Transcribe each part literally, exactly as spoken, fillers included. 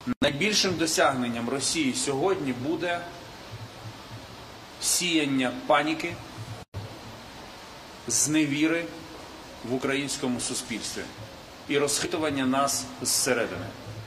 Найбільшим досягненням Росії сьогодні буде сіяння паніки, зневіри в українському суспільстві і розхитування нас зсередини.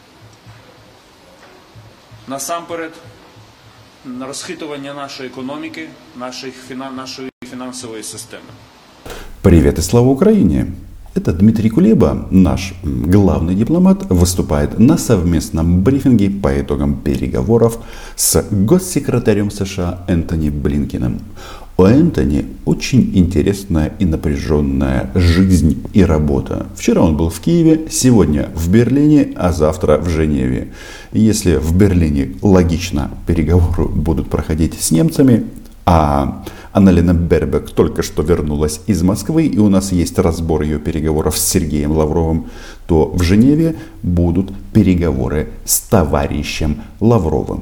Насамперед, розхитування нашої економіки, нашої, нашої фінансової системи. Привет и слава Украине! Это Дмитрий Кулеба, наш главный дипломат, выступает на совместном брифинге по итогам переговоров с госсекретарем США Энтони Блинкеном. У Энтони очень интересная и напряженная жизнь и работа. Вчера он был в Киеве, сегодня в Берлине, а завтра в Женеве. Если в Берлине логично переговоры будут проходить с немцами, а Анна-Лена Бербок только что вернулась из Москвы, и у нас есть разбор ее переговоров с Сергеем Лавровым, то в Женеве будут переговоры с товарищем Лавровым.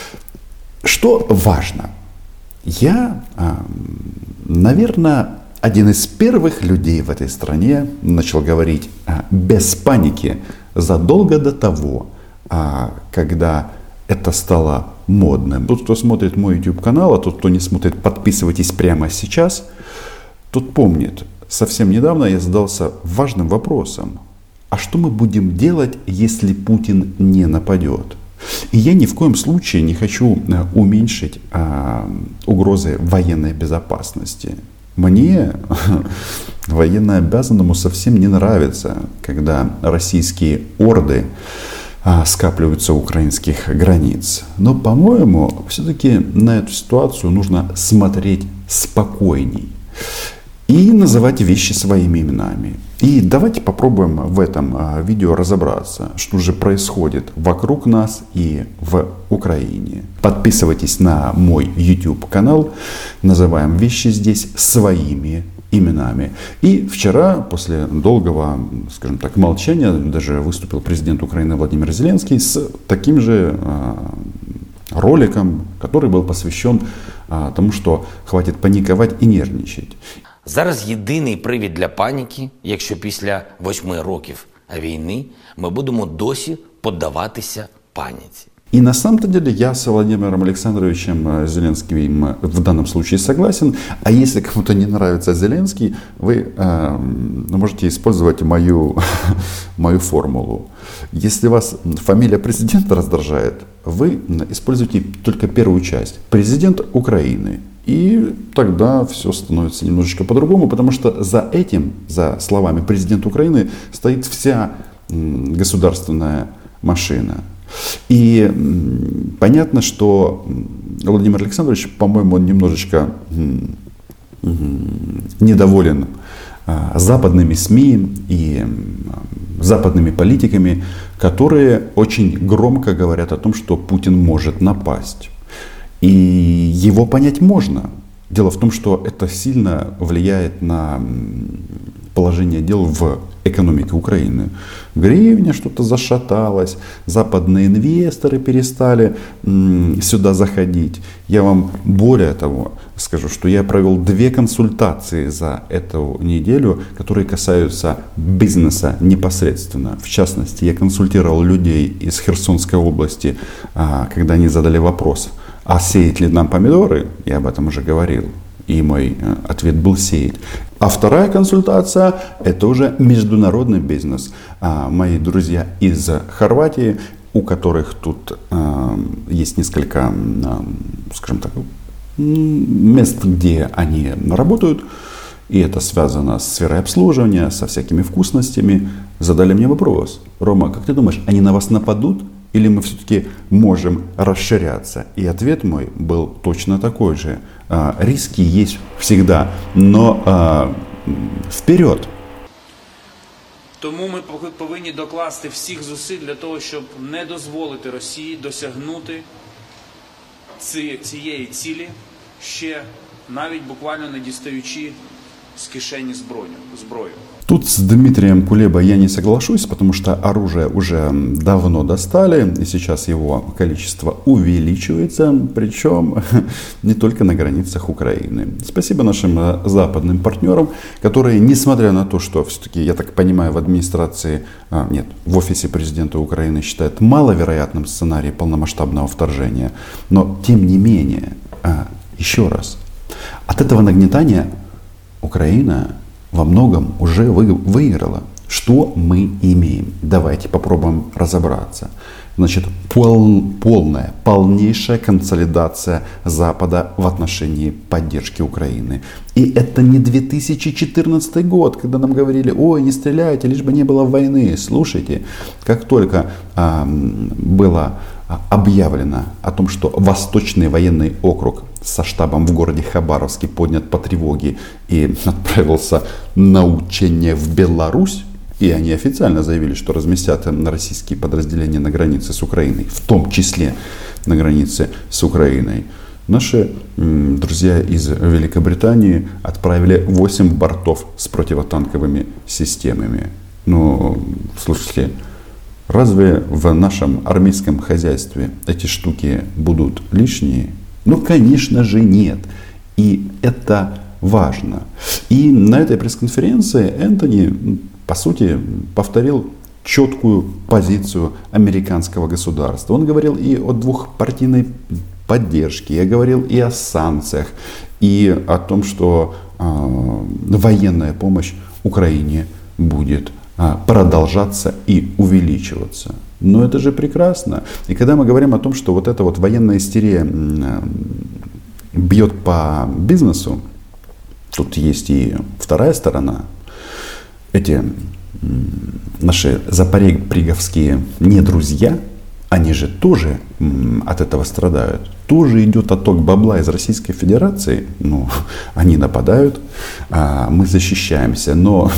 Что важно? Я, наверное, один из первых людей в этой стране начал говорить без паники задолго до того, когда это стало модным. Тот, кто смотрит мой YouTube канал, а тот, кто не смотрит, подписывайтесь прямо сейчас. Тот помнит, совсем недавно я задался важным вопросом. А что мы будем делать, если Путин не нападет? И я ни в коем случае не хочу уменьшить а, угрозы военной безопасности. Мне, военнообязанному, совсем не нравится, когда российские орды скапливаются у украинских границ. Но, по-моему, все-таки на эту ситуацию нужно смотреть спокойней и называть вещи своими именами. И давайте попробуем в этом видео разобраться, что же происходит вокруг нас и в Украине. Подписывайтесь на мой YouTube канал, называем вещи здесь своими именами. И вчера, после долгого, скажем так, молчания, даже выступил президент Украины Владимир Зеленский с таким же э, роликом, который был посвящен э, тому, что хватит паниковать и нервничать. Зараз єдиний привід для паніки, якщо після восьми років війни ми будемо досі поддаватися паніці. И на самом-то деле я с Владимиром Александровичем Зеленским в данном случае согласен. А если кому-то не нравится Зеленский, вы э, можете использовать мою, мою формулу. Если вас фамилия президента раздражает, вы используйте только первую часть. Президент Украины. И тогда все становится немножечко по-другому, потому что за этим, за словами президента Украины, стоит вся государственная машина. И понятно, что Владимир Александрович, по-моему, он немножечко недоволен западными СМИ и западными политиками, которые очень громко говорят о том, что Путин может напасть. И его понять можно. Дело в том, что это сильно влияет на положение дел в экономике Украины. Гривня что-то зашаталась, западные инвесторы перестали м, сюда заходить. Я вам более того скажу, что я провел две консультации за эту неделю, которые касаются бизнеса непосредственно. В частности, я консультировал людей из Херсонской области, а, когда они задали вопрос, а сеять ли нам помидоры? Я об этом уже говорил. И мой ответ был сеять. А вторая консультация – это уже международный бизнес. А, мои друзья из Хорватии, у которых тут а, есть несколько, а, скажем так, мест, где они работают, и это связано с сферой обслуживания, со всякими вкусностями, задали мне вопрос. Рома, как ты думаешь, они на вас нападут? Или мы все-таки можем расширяться? И ответ мой был точно такой же. А, риски есть всегда, но а, вперед! Тому ми повинні докласти всіх зусиль для того, щоб не дозволити Росії досягнути цієї цілі, ще навіть буквально не дістаючи з кишені зброю. зброю. Тут с Дмитрием Кулеба я не соглашусь, потому что оружие уже давно достали, и сейчас его количество увеличивается, причем не только на границах Украины. Спасибо нашим западным партнерам, которые, несмотря на то, что все-таки, я так понимаю, в администрации, а, нет, в офисе президента Украины считают маловероятным сценарий полномасштабного вторжения, но тем не менее, а, еще раз, от этого нагнетания Украина во многом уже вы, выиграла. Что мы имеем? Давайте попробуем разобраться. Значит, пол, полная, полнейшая консолидация Запада в отношении поддержки Украины. И это не две тысячи четырнадцатый год, когда нам говорили: ой, не стреляйте, лишь бы не было войны. Слушайте, как только а, было объявлено о том, что Восточный военный округ со штабом в городе Хабаровске поднят по тревоге и отправился на учение в Беларусь, и они официально заявили, что разместят российские подразделения на границе с Украиной, в том числе на границе с Украиной, наши м, друзья из Великобритании отправили восемь бортов с противотанковыми системами. Ну, слушайте, разве в нашем армейском хозяйстве эти штуки будут лишние? Ну, конечно же, нет. И это важно. И на этой пресс-конференции Энтони, по сути, повторил четкую позицию американского государства. Он говорил и о двухпартийной поддержке, я говорил и о санкциях, и о том, что э, военная помощь Украине будет э, продолжаться и увеличиваться. Но это же прекрасно. И когда мы говорим о том, что вот эта вот военная истерия э, бьет по бизнесу, тут есть и вторая сторона. Эти наши запоребриговские недрузья, они же тоже от этого страдают. Тоже идет отток бабла из Российской Федерации. Ну, они нападают, мы защищаемся. Но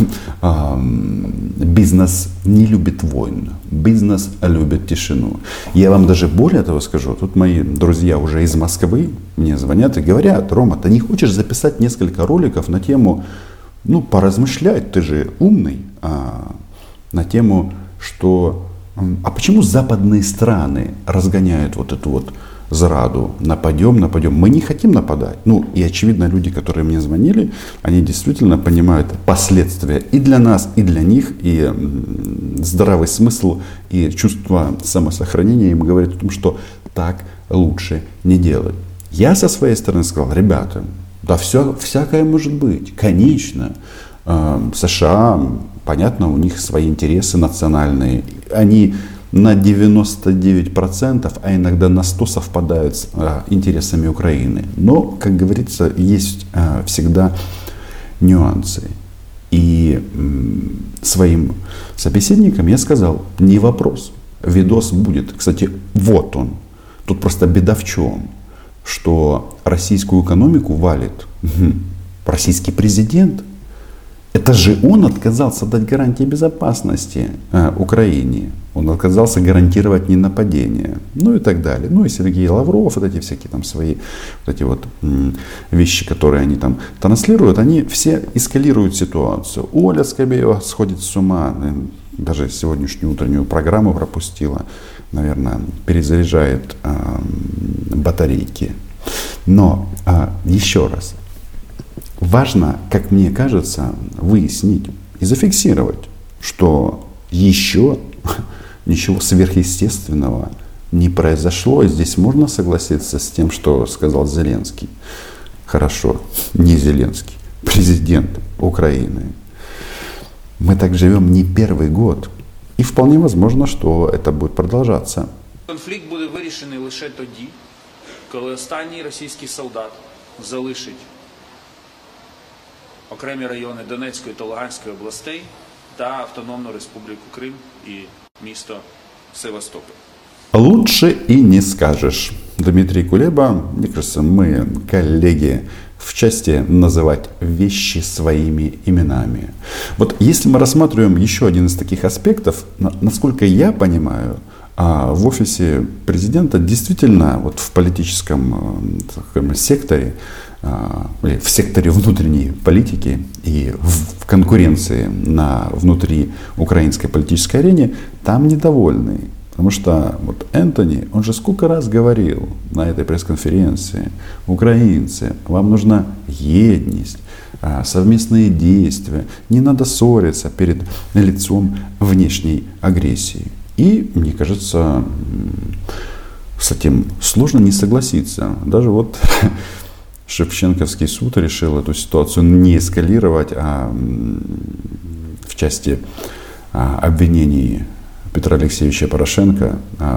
бизнес не любит войн. Бизнес любит тишину. Я вам даже более того скажу. Тут мои друзья уже из Москвы мне звонят и говорят: Рома, ты не хочешь записать несколько роликов на тему, ну, поразмышлять, ты же умный, а, на тему, что а почему западные страны разгоняют вот эту вот зраду, нападем, нападем. Мы не хотим нападать. Ну, и очевидно, люди, которые мне звонили, они действительно понимают последствия и для нас, и для них, и здравый смысл, и чувство самосохранения им говорят о том, что так лучше не делать. Я со своей стороны сказал: ребята, да все, всякое может быть, конечно. США, понятно, у них свои интересы национальные. Они на девяносто девять процентов, а иногда на сто процентов совпадают с а, интересами Украины. Но, как говорится, есть а, всегда нюансы. И м, своим собеседникам я сказал: не вопрос, видос будет. Кстати, вот он. Тут просто беда в чем? Что российскую экономику валит российский президент. Это же он отказался дать гарантии безопасности э, Украине. Он отказался гарантировать ненападение. Ну и так далее. Ну и Сергей Лавров, вот эти всякие там свои вот эти вот м, вещи, которые они там транслируют, они все эскалируют ситуацию. Оля Скобеева сходит с ума. Даже сегодняшнюю утреннюю программу пропустила. Наверное, перезаряжает э, батарейки. Но э, еще раз. Важно, как мне кажется, выяснить и зафиксировать, что еще ничего сверхъестественного не произошло. И здесь можно согласиться с тем, что сказал Зеленский. Хорошо, не Зеленский, президент Украины. Мы так живем не первый год. И вполне возможно, что это будет продолжаться. Конфлікт буде вирішений лише тоді, коли останній російський солдат залишить окремі райони Донецької та Луганської областей та Автономну Республіку Крим і місто Севастополь. Лучше и не скажешь. Дмитрий Кулеба, мне кажется, мы коллеги в части называть вещи своими именами. Вот если мы рассматриваем еще один из таких аспектов, насколько я понимаю, в офисе президента действительно вот в политическом, так скажем, секторе в секторе внутренней политики и в конкуренции на внутри украинской политической арене, там недовольны. Потому что вот Энтони, он же сколько раз говорил на этой пресс-конференции: украинцы, вам нужна едность, совместные действия, не надо ссориться перед лицом внешней агрессии. И, мне кажется, с этим сложно не согласиться. Даже вот Шевченковский суд решил эту ситуацию не эскалировать, а в части обвинений Петра Алексеевича Порошенко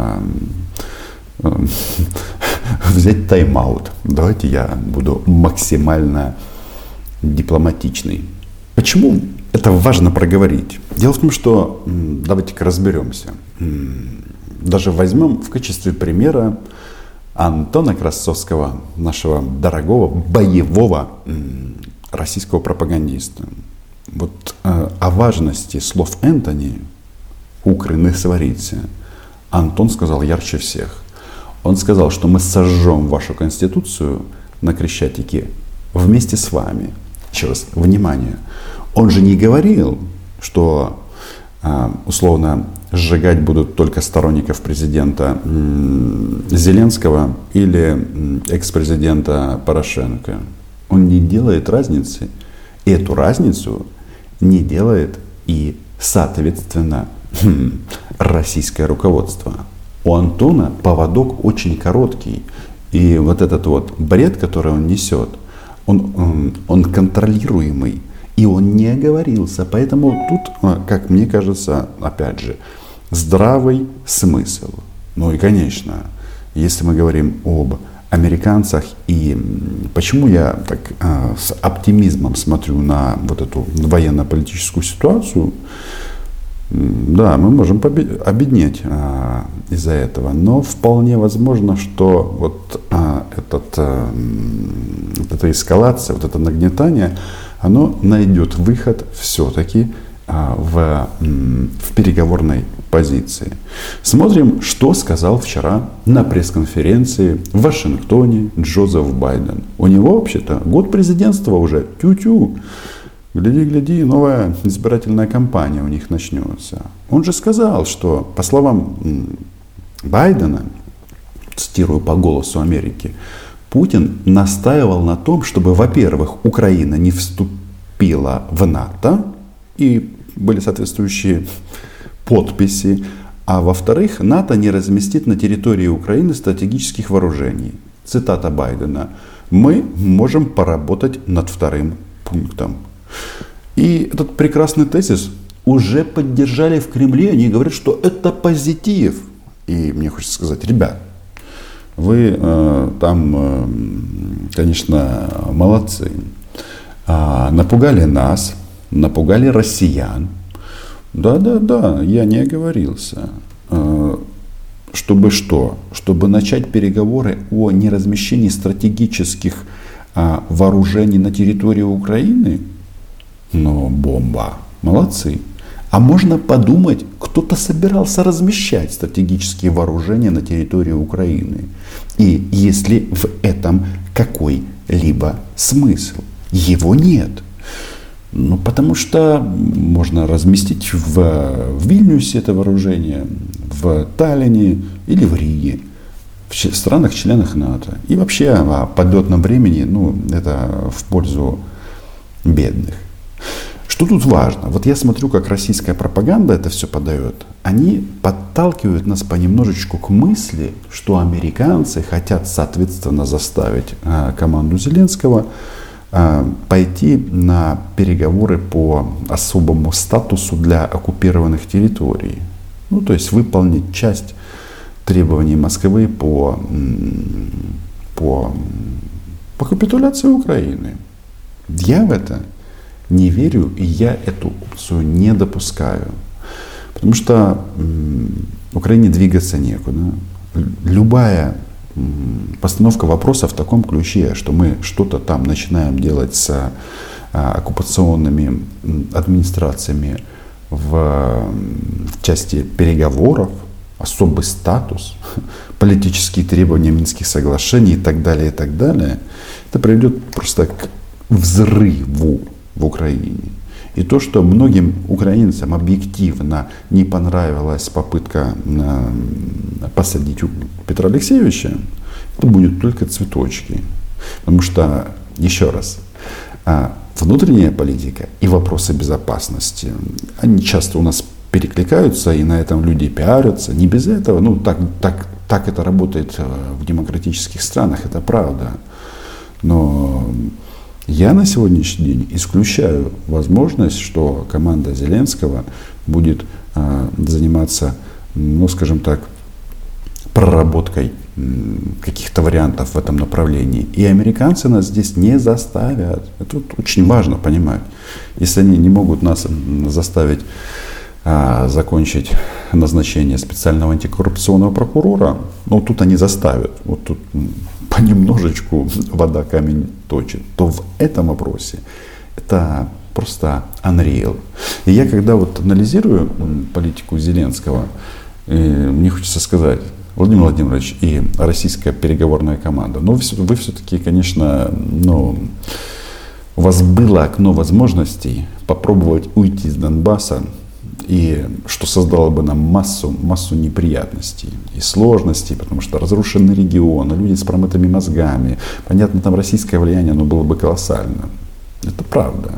взять тайм-аут. Давайте я буду максимально дипломатичный. Почему это важно проговорить? Дело в том, что, давайте-ка разберемся. Даже возьмем в качестве примера Антона Красовского, нашего дорогого, боевого российского пропагандиста. Вот э, о важности слов Энтони «Укры сварите» Антон сказал ярче всех. Он сказал, что мы сожжем вашу конституцию на Крещатике вместе с вами. Еще раз, внимание. Он же не говорил, что э, условно сжигать будут только сторонников президента Зеленского или экс-президента Порошенко. Он не делает разницы. Эту разницу не делает и, соответственно, российское руководство. У Антона поводок очень короткий. И вот этот вот бред, который он несет, он, он, он контролируемый. И он не оговорился. Поэтому тут, как мне кажется, опять же, здравый смысл. Ну и, конечно, если мы говорим об американцах, и почему я так э, с оптимизмом смотрю на вот эту военно-политическую ситуацию, да, мы можем побед- обеднеть э, из-за этого, но вполне возможно, что вот э, этот, э, вот эта эскалация, вот это нагнетание, оно найдет выход все-таки э, в, в переговорной позиции. Смотрим, что сказал вчера на пресс-конференции в Вашингтоне Джозеф Байден. У него вообще-то год президентства уже. Тю-тю. Гляди, гляди, новая избирательная кампания у них начнется. Он же сказал, что, по словам Байдена, цитирую по «Голосу Америки», Путин настаивал на том, чтобы, во-первых, Украина не вступила в НАТО, и были соответствующие подписи, а во-вторых, НАТО не разместит на территории Украины стратегических вооружений. Цитата Байдена. Мы можем поработать над вторым пунктом. И этот прекрасный тезис уже поддержали в Кремле. Они говорят, что это позитив. И мне хочется сказать: ребят, вы э, там, э, конечно, молодцы. А, напугали нас, напугали россиян. Да, да, да, я не оговорился. Чтобы что? Чтобы начать переговоры о неразмещении стратегических вооружений на территории Украины? Ну, бомба. Молодцы. А можно подумать, кто-то собирался размещать стратегические вооружения на территории Украины. И если в этом какой-либо смысл? Его нет. Ну, потому что можно разместить в, в Вильнюсе это вооружение, в Таллине или в Риге, в странах-членах НАТО. И вообще о подлетном времени, ну, это в пользу бедных. Что тут важно? Вот я смотрю, как российская пропаганда это все подает. Они подталкивают нас понемножечку к мысли, что американцы хотят, соответственно, заставить э, команду Зеленского пойти на переговоры по особому статусу для оккупированных территорий. Ну, то есть выполнить часть требований Москвы по, по, по капитуляции Украины. Я в это не верю, и я эту опцию не допускаю. Потому что Украине двигаться некуда. Любая постановка вопроса в таком ключе, что мы что-то там начинаем делать с а, оккупационными администрациями в, в части переговоров, особый статус, политические требования Минских соглашений и так далее, и так далее. это приведет просто к взрыву в Украине. И то, что многим украинцам объективно не понравилась попытка посадить Петра Алексеевича, это будет только цветочки. Потому что, еще раз, внутренняя политика и вопросы безопасности, они часто у нас перекликаются, и на этом люди пиарятся. Не без этого, ну так, так, так это работает в демократических странах, это правда. Но я на сегодняшний день исключаю возможность, что команда Зеленского будет э, заниматься, ну, скажем так, проработкой э, каких-то вариантов в этом направлении. И американцы нас здесь не заставят. Это вот очень важно понимать. Если они не могут нас заставить э, закончить назначение специального антикоррупционного прокурора, ну, тут они заставят. Вот тут понемножечку вода камень точит, то в этом вопросе это просто unreal. И я когда вот анализирую политику Зеленского, мне хочется сказать, Владимир Владимирович и российская переговорная команда, ну вы, вы все-таки, конечно, ну, у вас было окно возможностей попробовать уйти из Донбасса, и что создало бы нам массу, массу неприятностей и сложностей, потому что разрушенный регион, люди с промытыми мозгами. Понятно, там российское влияние, оно было бы колоссально. Это правда.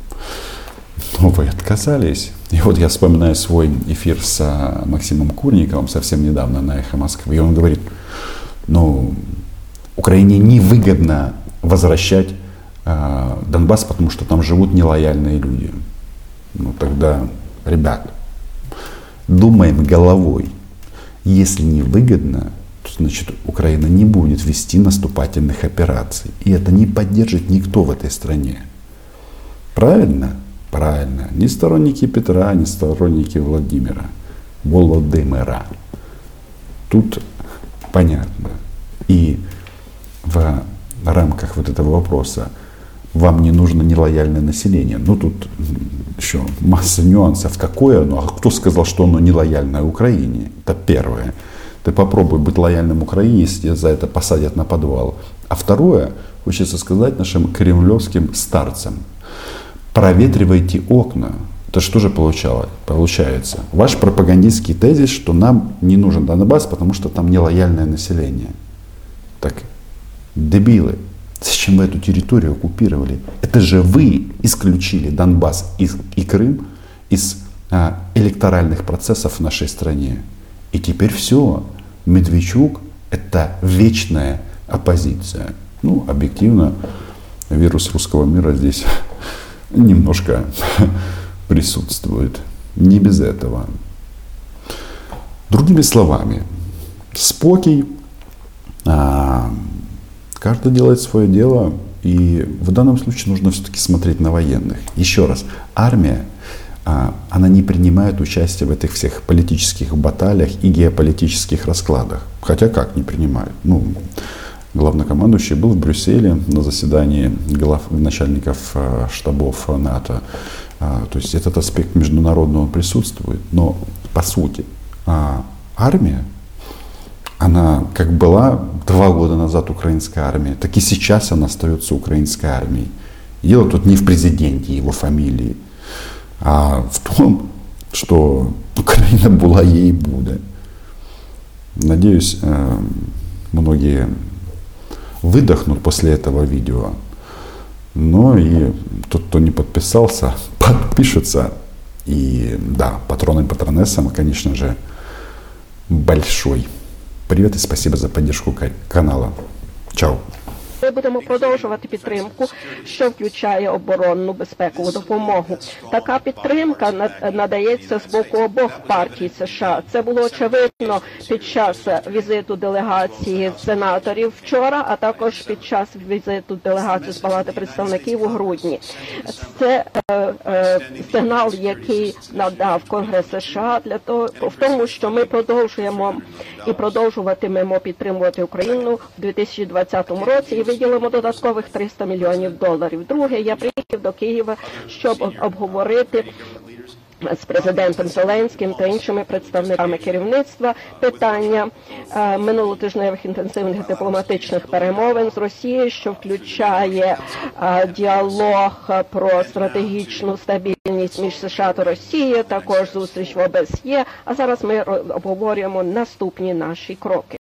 Но вы отказались. И вот я вспоминаю свой эфир с Максимом Курниковым совсем недавно на «Эхо Москвы». И он говорит, ну, Украине невыгодно возвращать э, Донбасс, потому что там живут нелояльные люди. Ну, тогда... Ребят, думаем головой. Если не выгодно, то значит Украина не будет вести наступательных операций. И это не поддержит никто в этой стране. Правильно? Правильно. Ни сторонники Петра, ни сторонники Владимира. Володимира. Тут понятно. И в рамках вот этого вопроса вам не нужно нелояльное население. Ну, тут еще масса нюансов. Какое оно? А кто сказал, что оно нелояльное Украине? Это первое. Ты попробуй быть лояльным Украине, если тебя за это посадят на подвал. А второе, хочется сказать нашим кремлевским старцам. Проветривайте окна. Это что же получалось? Получается? Ваш пропагандистский тезис, что нам не нужен Донбасс, потому что там нелояльное население. Так, дебилы. Зачем вы эту территорию оккупировали? Это же вы исключили Донбасс и, и Крым из а, электоральных процессов в нашей стране. И теперь все. Медведчук — это вечная оппозиция. Ну, объективно, вирус русского мира здесь немножко присутствует. Не без этого. Другими словами, спокой, а, каждый делает свое дело, и в данном случае нужно все-таки смотреть на военных. Еще раз, армия, она не принимает участие в этих всех политических баталиях и геополитических раскладах. Хотя как не принимает? Ну, главнокомандующий был в Брюсселе на заседании глав, начальников штабов НАТО. То есть этот аспект международного присутствует. Но по сути армия, она как была два года назад украинская армия, так и сейчас она остается украинской армией. И дело тут не в президенте, его фамилии, а в том, что Украина была ей и будет. Надеюсь, многие выдохнут после этого видео. Но и тот, кто не подписался, подпишется. И да, патроны и патронессам, конечно же, большой привет и спасибо за поддержку канала. Чао. Ми будемо продовжувати підтримку, що включає оборонну безпекову допомогу. Така підтримка надається з боку обох партій США. Це було очевидно під час візиту делегації сенаторів вчора, а також під час візиту делегації з Палати представників у грудні. Це е, е, сигнал, який надав Конгрес США для того, в тому, що ми продовжуємо і продовжуватимемо підтримувати Україну в дві тисячі двадцятому році і виділимо додаткових триста мільйонів доларів. Друге, я приїхав до Києва, щоб обговорити з президентом Зеленським та іншими представниками керівництва питання е, минулотижневих інтенсивних дипломатичних перемовин з Росією, що включає е, діалог про стратегічну стабільність між США та Росією, також зустріч в ОБСЄ. А зараз ми обговорюємо наступні наші кроки.